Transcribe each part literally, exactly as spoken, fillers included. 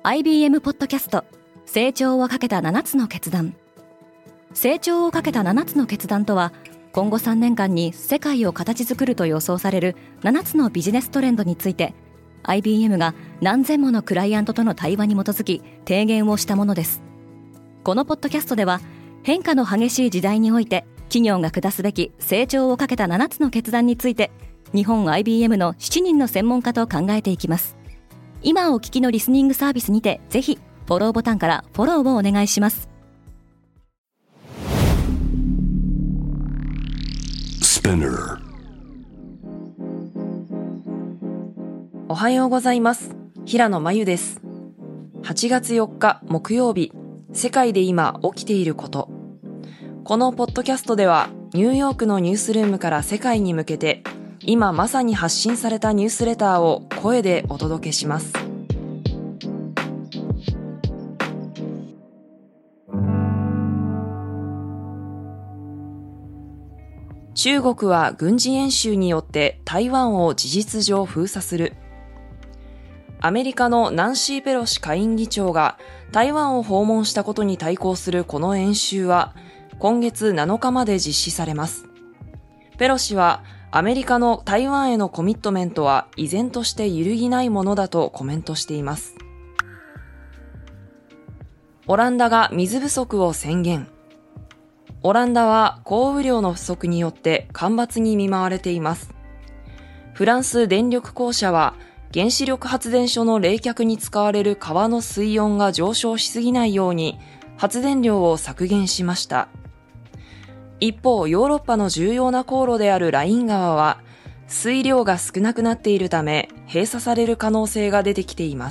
アイビーエム ポッドキャスト成長をかけたななつの決断。成長をかけたななつの決断とは、今後さんねんかんに世界を形作ると予想されるななつのビジネストレンドについて アイビーエム が何千ものクライアントとの対話に基づき提言をしたものです。このポッドキャストでは、変化の激しい時代において企業が下すべき成長をかけたななつの決断について、日本 アイビーエム のしちにんの専門家と考えていきます。今お聞きのリスニングサービスにて、ぜひフォローボタンからフォローをお願いします。 おはようございます。平野真由です。はちがつよっか木曜日、世界で今起きていること。このポッドキャストでは、ニューヨークのニュースルームから世界に向けて、今まさに発信されたニュースレターを声でお届けします。中国は軍事演習によって台湾を事実上封鎖する。アメリカのナンシー・ペロシ下院議長が台湾を訪問したことに対抗するこの演習は今月なのかまで実施されます。ペロシはアメリカの台湾へのコミットメントは依然として揺るぎないものだとコメントしています。オランダが水不足を宣言。オランダは降雨量の不足によって干ばつに見舞われています。フランス電力公社は原子力発電所の冷却に使われる川の水温が上昇しすぎないように発電量を削減しました。一方、ヨーロッパの重要な航路であるライン川は水量が少なくなっているため閉鎖される可能性が出てきています。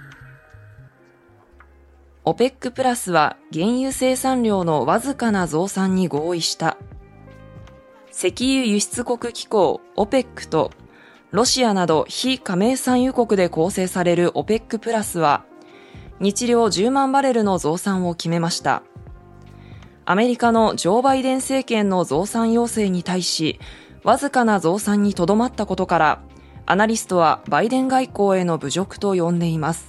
オペック プラスは原油生産量のわずかな増産に合意した。石油輸出国機構 オペック とロシアなど非加盟産油国で構成される オペック プラスは日量じゅうまんバレルの増産を決めました。アメリカのジョー・バイデン政権の増産要請に対し、わずかな増産にとどまったことから、アナリストはバイデン外交への侮辱と呼んでいます。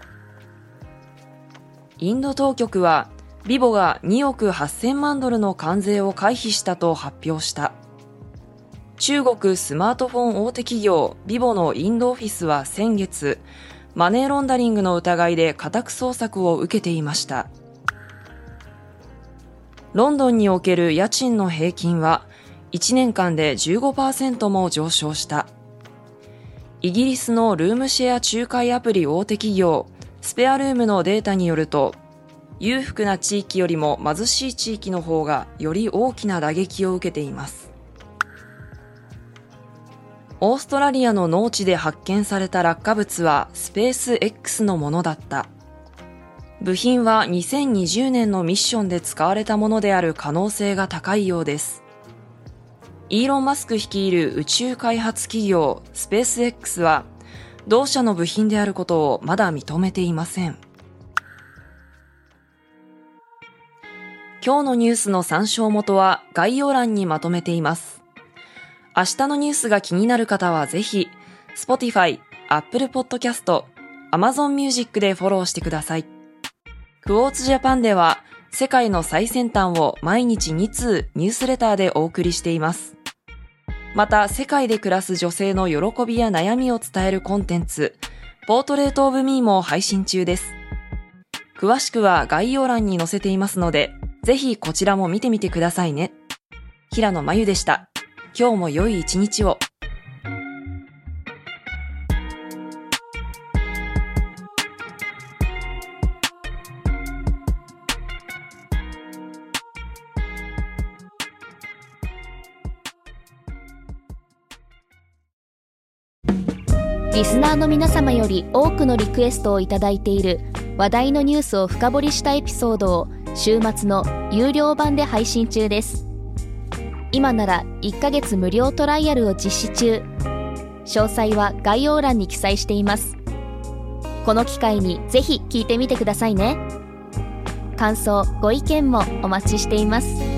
インド当局は、ビボがにおくはっせんまんドルの関税を回避したと発表した。中国スマートフォン大手企業ビボのインドオフィスは先月、マネーロンダリングの疑いで家宅捜索を受けていました。ロンドンにおける家賃の平均はいちねんかんで じゅうごパーセント も上昇した。イギリスのルームシェア仲介アプリ大手企業スペアルームのデータによると、裕福な地域よりも貧しい地域の方がより大きな打撃を受けています。オーストラリアの農地で発見された落下物はスペース X のものだった。部品はにせんにじゅうねんのミッションで使われたものである可能性が高いようです。イーロン・マスク率いる宇宙開発企業スペース X は同社の部品であることをまだ認めていません。今日のニュースの参照元は概要欄にまとめています。明日のニュースが気になる方はぜひ Spotify、Apple Podcast、Amazon Music でフォローしてください。クォーツジャパンでは世界の最先端を毎日に通ニュースレターでお送りしています。また世界で暮らす女性の喜びや悩みを伝えるコンテンツポートレートオブミーも配信中です。詳しくは概要欄に載せていますので、ぜひこちらも見てみてくださいね。平野真由でした。今日も良い一日を。 リスナーの皆様より多くのリクエストをいただいている話題のニュースを深掘りしたエピソードを週末の有料版で配信中です。今ならいっかげつ無料トライアルを実施中。詳細は概要欄に記載しています。この機会にぜひ聞いてみてくださいね。感想、ご意見もお待ちしています。